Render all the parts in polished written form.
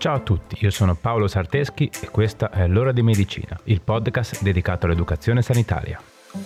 Ciao a tutti, io sono Paolo Sarteschi e questa è L'Ora di Medicina, il podcast dedicato all'educazione sanitaria.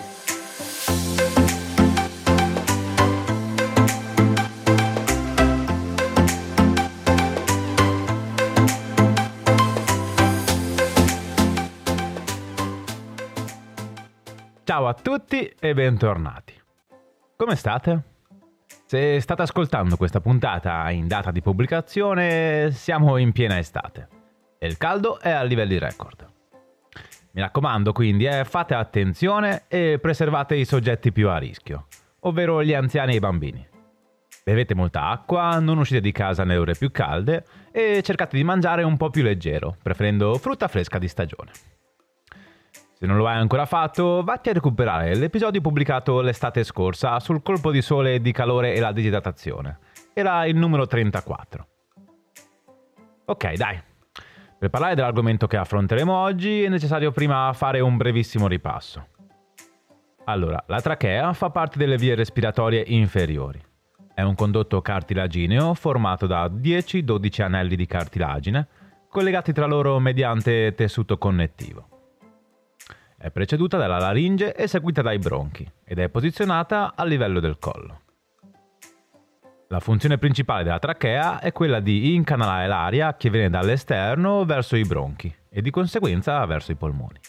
Ciao a tutti e bentornati. Come state? Se state ascoltando questa puntata in data di pubblicazione, siamo in piena estate e il caldo è a livelli record. Mi raccomando quindi, fate attenzione e preservate i soggetti più a rischio, ovvero gli anziani e i bambini. Bevete molta acqua, non uscite di casa nelle ore più calde e cercate di mangiare un po' più leggero, preferendo frutta fresca di stagione. Se non lo hai ancora fatto, vatti a recuperare l'episodio pubblicato l'estate scorsa sul colpo di sole di calore e la disidratazione. Era il numero 34. Ok, dai. Per parlare dell'argomento che affronteremo oggi è necessario prima fare un brevissimo ripasso. Allora, la trachea fa parte delle vie respiratorie inferiori. È un condotto cartilagineo formato da 10-12 anelli di cartilagine, collegati tra loro mediante tessuto connettivo. È preceduta dalla laringe e seguita dai bronchi ed è posizionata a livello del collo. La funzione principale della trachea è quella di incanalare l'aria che viene dall'esterno verso i bronchi e di conseguenza verso i polmoni.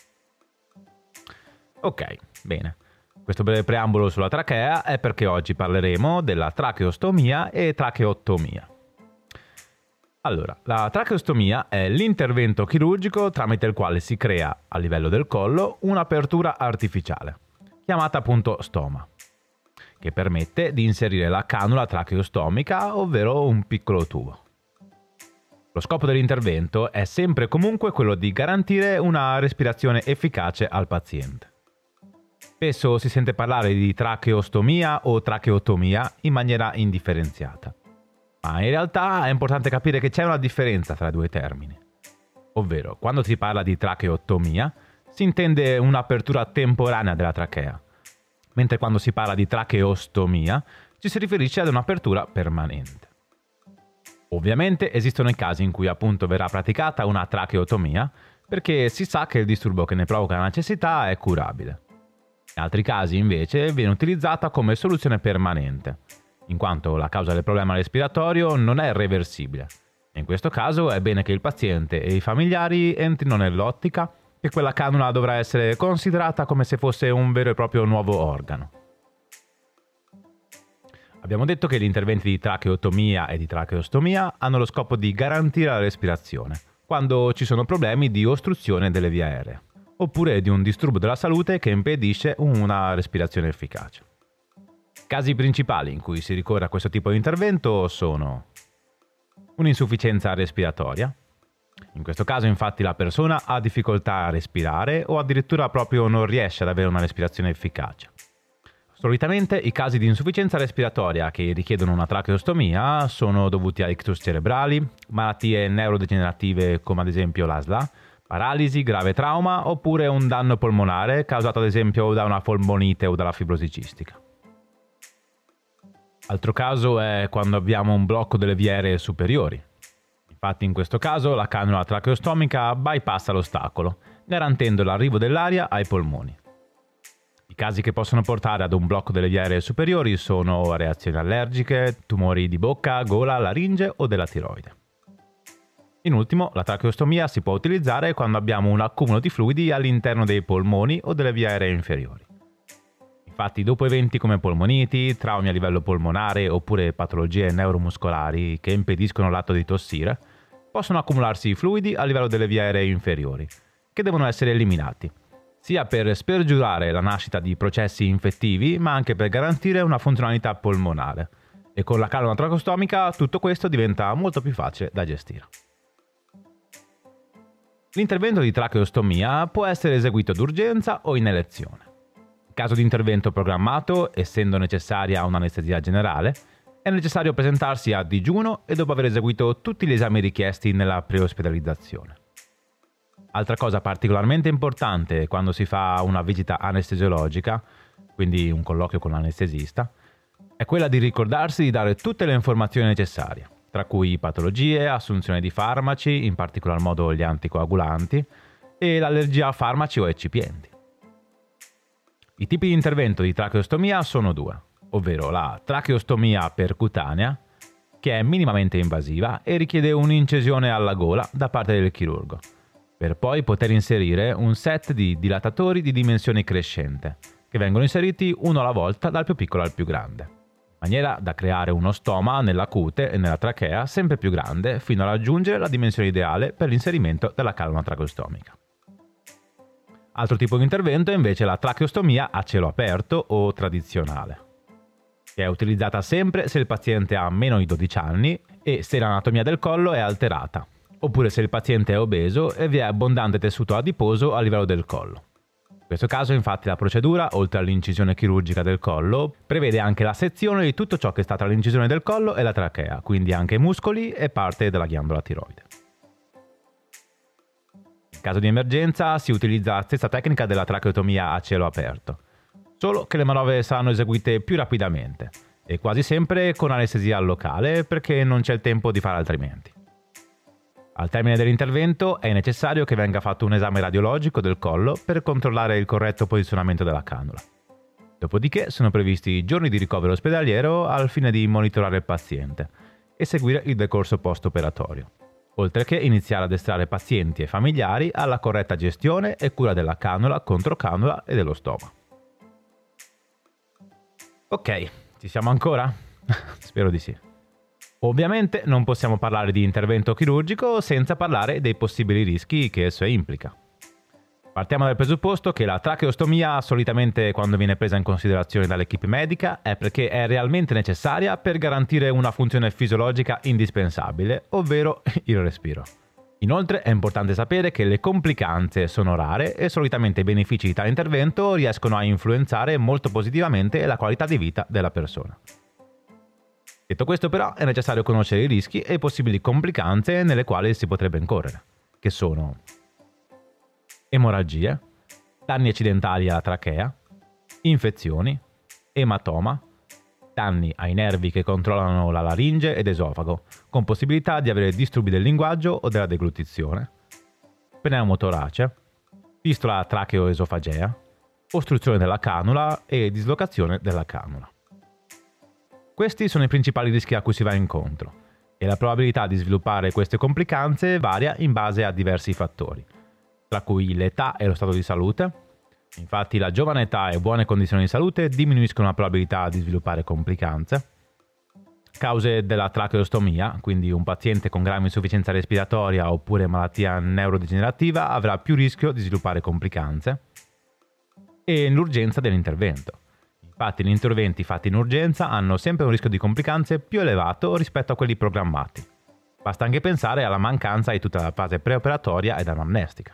Ok, bene. Questo breve preambolo sulla trachea è perché oggi parleremo della tracheostomia e tracheottomia. Allora, la tracheostomia è l'intervento chirurgico tramite il quale si crea, a livello del collo, un'apertura artificiale, chiamata appunto stoma, che permette di inserire la canula tracheostomica, ovvero un piccolo tubo. Lo scopo dell'intervento è sempre e comunque quello di garantire una respirazione efficace al paziente. Spesso si sente parlare di tracheostomia o tracheotomia in maniera indifferenziata. Ma in realtà è importante capire che c'è una differenza tra i due termini. Ovvero, quando si parla di tracheottomia, si intende un'apertura temporanea della trachea, mentre quando si parla di tracheostomia, ci si riferisce ad un'apertura permanente. Ovviamente esistono i casi in cui appunto verrà praticata una tracheotomia, perché si sa che il disturbo che ne provoca la necessità è curabile. In altri casi, invece, viene utilizzata come soluzione permanente, in quanto la causa del problema respiratorio non è reversibile. In questo caso è bene che il paziente e i familiari entrino nell'ottica che quella canula dovrà essere considerata come se fosse un vero e proprio nuovo organo. Abbiamo detto che gli interventi di tracheotomia e di tracheostomia hanno lo scopo di garantire la respirazione, quando ci sono problemi di ostruzione delle vie aeree, oppure di un disturbo della salute che impedisce una respirazione efficace. I casi principali in cui si ricorre a questo tipo di intervento sono un'insufficienza respiratoria. In questo caso infatti la persona ha difficoltà a respirare o addirittura proprio non riesce ad avere una respirazione efficace. Solitamente i casi di insufficienza respiratoria che richiedono una tracheostomia sono dovuti a ictus cerebrali, malattie neurodegenerative come ad esempio l'ASLA, paralisi, grave trauma oppure un danno polmonare causato ad esempio da una polmonite o dalla fibrosi cistica. Altro caso è quando abbiamo un blocco delle vie aeree superiori. Infatti in questo caso la canula tracheostomica bypassa l'ostacolo, garantendo l'arrivo dell'aria ai polmoni. I casi che possono portare ad un blocco delle vie aeree superiori sono reazioni allergiche, tumori di bocca, gola, laringe o della tiroide. In ultimo, la tracheostomia si può utilizzare quando abbiamo un accumulo di fluidi all'interno dei polmoni o delle vie aeree inferiori. Infatti, dopo eventi come polmoniti, traumi a livello polmonare oppure patologie neuromuscolari che impediscono l'atto di tossire, possono accumularsi fluidi a livello delle vie aeree inferiori, che devono essere eliminati, sia per spergiurare la nascita di processi infettivi, ma anche per garantire una funzionalità polmonare. E con la canula tracheostomica tutto questo diventa molto più facile da gestire. L'intervento di tracheostomia può essere eseguito d'urgenza o in elezione. In caso di intervento programmato, essendo necessaria un'anestesia generale, è necessario presentarsi a digiuno e dopo aver eseguito tutti gli esami richiesti nella preospedalizzazione. Altra cosa particolarmente importante quando si fa una visita anestesiologica, quindi un colloquio con l'anestesista, è quella di ricordarsi di dare tutte le informazioni necessarie, tra cui patologie, assunzione di farmaci, in particolar modo gli anticoagulanti, e l'allergia a farmaci o eccipienti. I tipi di intervento di tracheostomia sono due, ovvero la tracheostomia percutanea, che è minimamente invasiva e richiede un'incisione alla gola da parte del chirurgo, per poi poter inserire un set di dilatatori di dimensione crescente, che vengono inseriti uno alla volta dal più piccolo al più grande, in maniera da creare uno stoma nella cute e nella trachea sempre più grande fino a raggiungere la dimensione ideale per l'inserimento della canula tracheostomica. Altro tipo di intervento è invece la tracheostomia a cielo aperto o tradizionale, che è utilizzata sempre se il paziente ha meno di 12 anni e se l'anatomia del collo è alterata, oppure se il paziente è obeso e vi è abbondante tessuto adiposo a livello del collo. In questo caso, infatti, la procedura, oltre all'incisione chirurgica del collo, prevede anche la sezione di tutto ciò che sta tra l'incisione del collo e la trachea, quindi anche muscoli e parte della ghiandola tiroide. In caso di emergenza si utilizza la stessa tecnica della tracheotomia a cielo aperto, solo che le manovre saranno eseguite più rapidamente e quasi sempre con anestesia locale perché non c'è il tempo di fare altrimenti. Al termine dell'intervento è necessario che venga fatto un esame radiologico del collo per controllare il corretto posizionamento della canula. Dopodiché sono previsti giorni di ricovero ospedaliero al fine di monitorare il paziente e seguire il decorso post-operatorio, oltre che iniziare ad addestrare pazienti e familiari alla corretta gestione e cura della canula, controcanula e dello stoma. Ok, ci siamo ancora? Spero di sì. Ovviamente non possiamo parlare di intervento chirurgico senza parlare dei possibili rischi che esso implica. Partiamo dal presupposto che la tracheostomia solitamente quando viene presa in considerazione dall'equipe medica è perché è realmente necessaria per garantire una funzione fisiologica indispensabile, ovvero il respiro. Inoltre è importante sapere che le complicanze sono rare e solitamente i benefici di tale intervento riescono a influenzare molto positivamente la qualità di vita della persona. Detto questo però è necessario conoscere i rischi e possibili complicanze nelle quali si potrebbe incorrere, che sono emorragie, danni accidentali alla trachea, infezioni, ematoma, danni ai nervi che controllano la laringe ed esofago, con possibilità di avere disturbi del linguaggio o della deglutizione, pneumotorace, fistola tracheo-esofagea, ostruzione della canula e dislocazione della canula. Questi sono i principali rischi a cui si va incontro e la probabilità di sviluppare queste complicanze varia in base a diversi fattori, tra cui l'età e lo stato di salute. Infatti la giovane età e buone condizioni di salute diminuiscono la probabilità di sviluppare complicanze. Cause della tracheostomia, quindi un paziente con grave insufficienza respiratoria oppure malattia neurodegenerativa avrà più rischio di sviluppare complicanze. E l'urgenza dell'intervento. Infatti gli interventi fatti in urgenza hanno sempre un rischio di complicanze più elevato rispetto a quelli programmati. Basta anche pensare alla mancanza di tutta la fase preoperatoria ed anamnestica.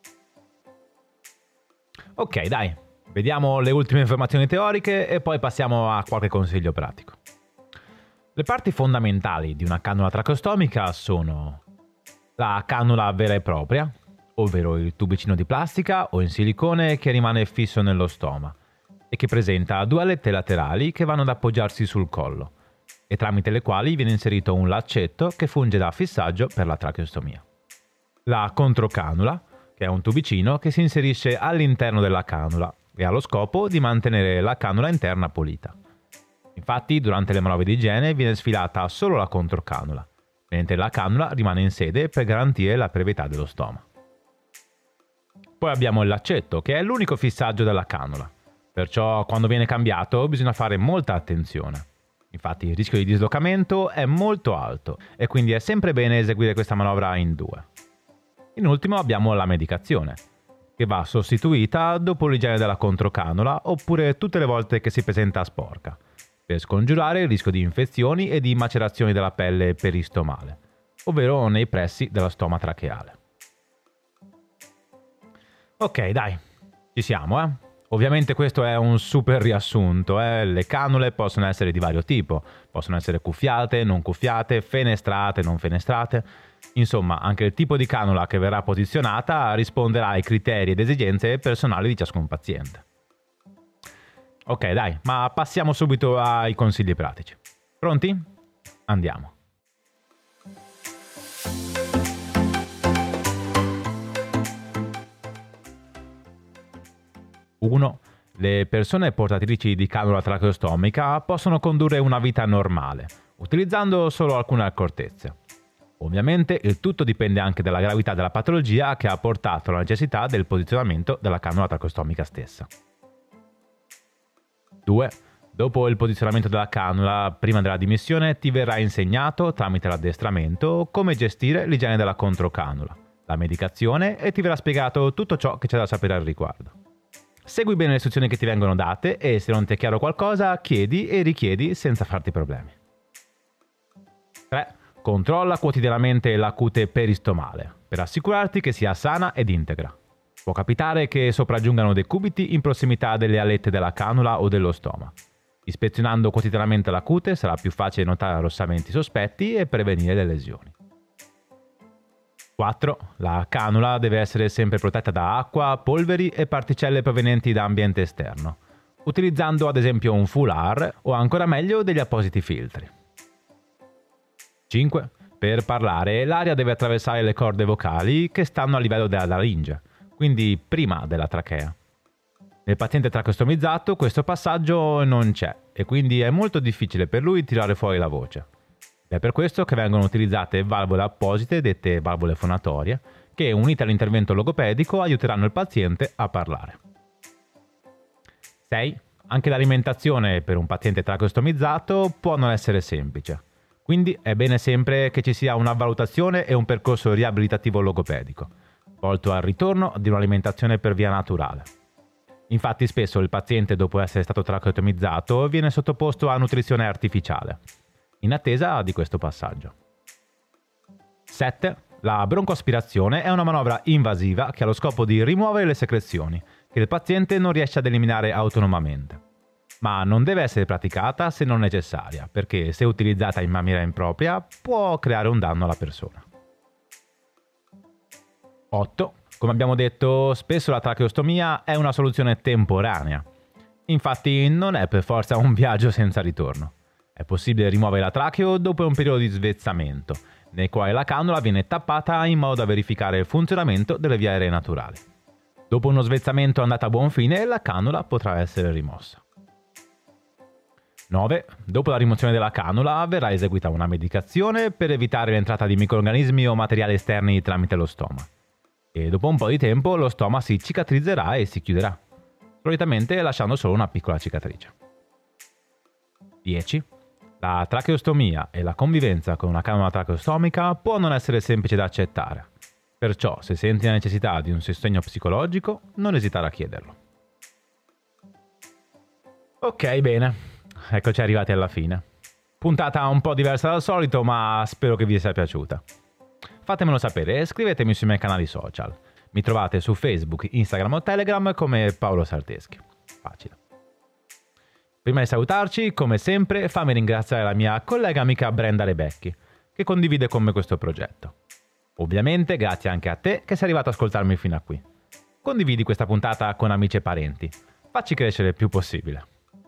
Ok, dai, vediamo le ultime informazioni teoriche e poi passiamo a qualche consiglio pratico. Le parti fondamentali di una canula tracheostomica sono la canula vera e propria, ovvero il tubicino di plastica o in silicone che rimane fisso nello stoma e che presenta due alette laterali che vanno ad appoggiarsi sul collo e tramite le quali viene inserito un laccetto che funge da fissaggio per la tracheostomia. La controcanula, che è un tubicino che si inserisce all'interno della canula e ha lo scopo di mantenere la canula interna pulita. Infatti, durante le manovre di igiene viene sfilata solo la controcanula, mentre la canula rimane in sede per garantire la prevità dello stoma. Poi abbiamo il laccetto, che è l'unico fissaggio della canula, perciò quando viene cambiato bisogna fare molta attenzione. Infatti il rischio di dislocamento è molto alto e quindi è sempre bene eseguire questa manovra in due. In ultimo abbiamo la medicazione, che va sostituita dopo l'igiene della controcanula oppure tutte le volte che si presenta sporca, per scongiurare il rischio di infezioni e di macerazioni della pelle peristomale, ovvero nei pressi della stoma tracheale. Ok, dai, ci siamo, eh? Ovviamente questo è un super riassunto, le canule possono essere di vario tipo, possono essere cuffiate, non cuffiate, fenestrate, non fenestrate. Insomma, anche il tipo di canula che verrà posizionata risponderà ai criteri ed esigenze personali di ciascun paziente. Ok, dai, ma passiamo subito ai consigli pratici. Pronti? Andiamo. 1. Le persone portatrici di cannula tracheostomica possono condurre una vita normale, utilizzando solo alcune accortezze. Ovviamente il tutto dipende anche dalla gravità della patologia che ha portato alla necessità del posizionamento della cannula tracheostomica stessa. 2. Dopo il posizionamento della cannula, prima della dimissione, ti verrà insegnato, tramite l'addestramento, come gestire l'igiene della controcannula, la medicazione e ti verrà spiegato tutto ciò che c'è da sapere al riguardo. Segui bene le istruzioni che ti vengono date e se non ti è chiaro qualcosa, chiedi e richiedi senza farti problemi. 3. Controlla quotidianamente la cute peristomale, per assicurarti che sia sana ed integra. Può capitare che sopraggiungano dei cubiti in prossimità delle alette della cannula o dello stoma. Ispezionando quotidianamente la cute sarà più facile notare arrossamenti sospetti e prevenire le lesioni. 4. La cannula deve essere sempre protetta da acqua, polveri e particelle provenienti da ambiente esterno, utilizzando ad esempio un foulard o ancora meglio degli appositi filtri. 5. Per parlare l'aria deve attraversare le corde vocali che stanno a livello della laringe, quindi prima della trachea. Nel paziente tracheostomizzato questo passaggio non c'è e quindi è molto difficile per lui tirare fuori la voce. È per questo che vengono utilizzate valvole apposite, dette valvole fonatorie, che unite all'intervento logopedico aiuteranno il paziente a parlare. 6. Anche l'alimentazione per un paziente tracheostomizzato può non essere semplice, quindi è bene sempre che ci sia una valutazione e un percorso riabilitativo logopedico, volto al ritorno di un'alimentazione per via naturale. Infatti spesso il paziente, dopo essere stato tracheostomizzato, viene sottoposto a nutrizione artificiale, in attesa di questo passaggio. 7. La broncoaspirazione è una manovra invasiva che ha lo scopo di rimuovere le secrezioni che il paziente non riesce ad eliminare autonomamente. Ma non deve essere praticata se non necessaria, perché se utilizzata in maniera impropria può creare un danno alla persona. 8. Come abbiamo detto, spesso la tracheostomia è una soluzione temporanea. Infatti non è per forza un viaggio senza ritorno. È possibile rimuovere la tracheo dopo un periodo di svezzamento, nel quale la cannula viene tappata in modo da verificare il funzionamento delle vie aeree naturali. Dopo uno svezzamento andato a buon fine, la cannula potrà essere rimossa. 9. Dopo la rimozione della cannula verrà eseguita una medicazione per evitare l'entrata di microrganismi o materiali esterni tramite lo stoma. E dopo un po' di tempo lo stoma si cicatrizzerà e si chiuderà, solitamente lasciando solo una piccola cicatrice. 10. La tracheostomia e la convivenza con una cannula tracheostomica può non essere semplice da accettare, perciò se senti la necessità di un sostegno psicologico non esitare a chiederlo. Ok, bene, eccoci arrivati alla fine. Puntata un po' diversa dal solito, ma spero che vi sia piaciuta. Fatemelo sapere e scrivetemi sui miei canali social. Mi trovate su Facebook, Instagram o Telegram come Paolo Sarteschi. Facile. Prima di salutarci, come sempre, fammi ringraziare la mia collega amica Brenda Rebecchi, che condivide con me questo progetto. Ovviamente grazie anche a te che sei arrivato ad ascoltarmi fino a qui. Condividi questa puntata con amici e parenti. Facci crescere il più possibile.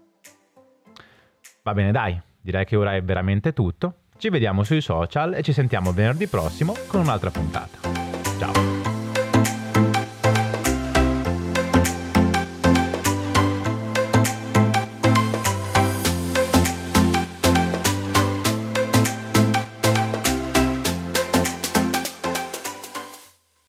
Va bene dai, direi che ora è veramente tutto. Ci vediamo sui social e ci sentiamo venerdì prossimo con un'altra puntata. Ciao!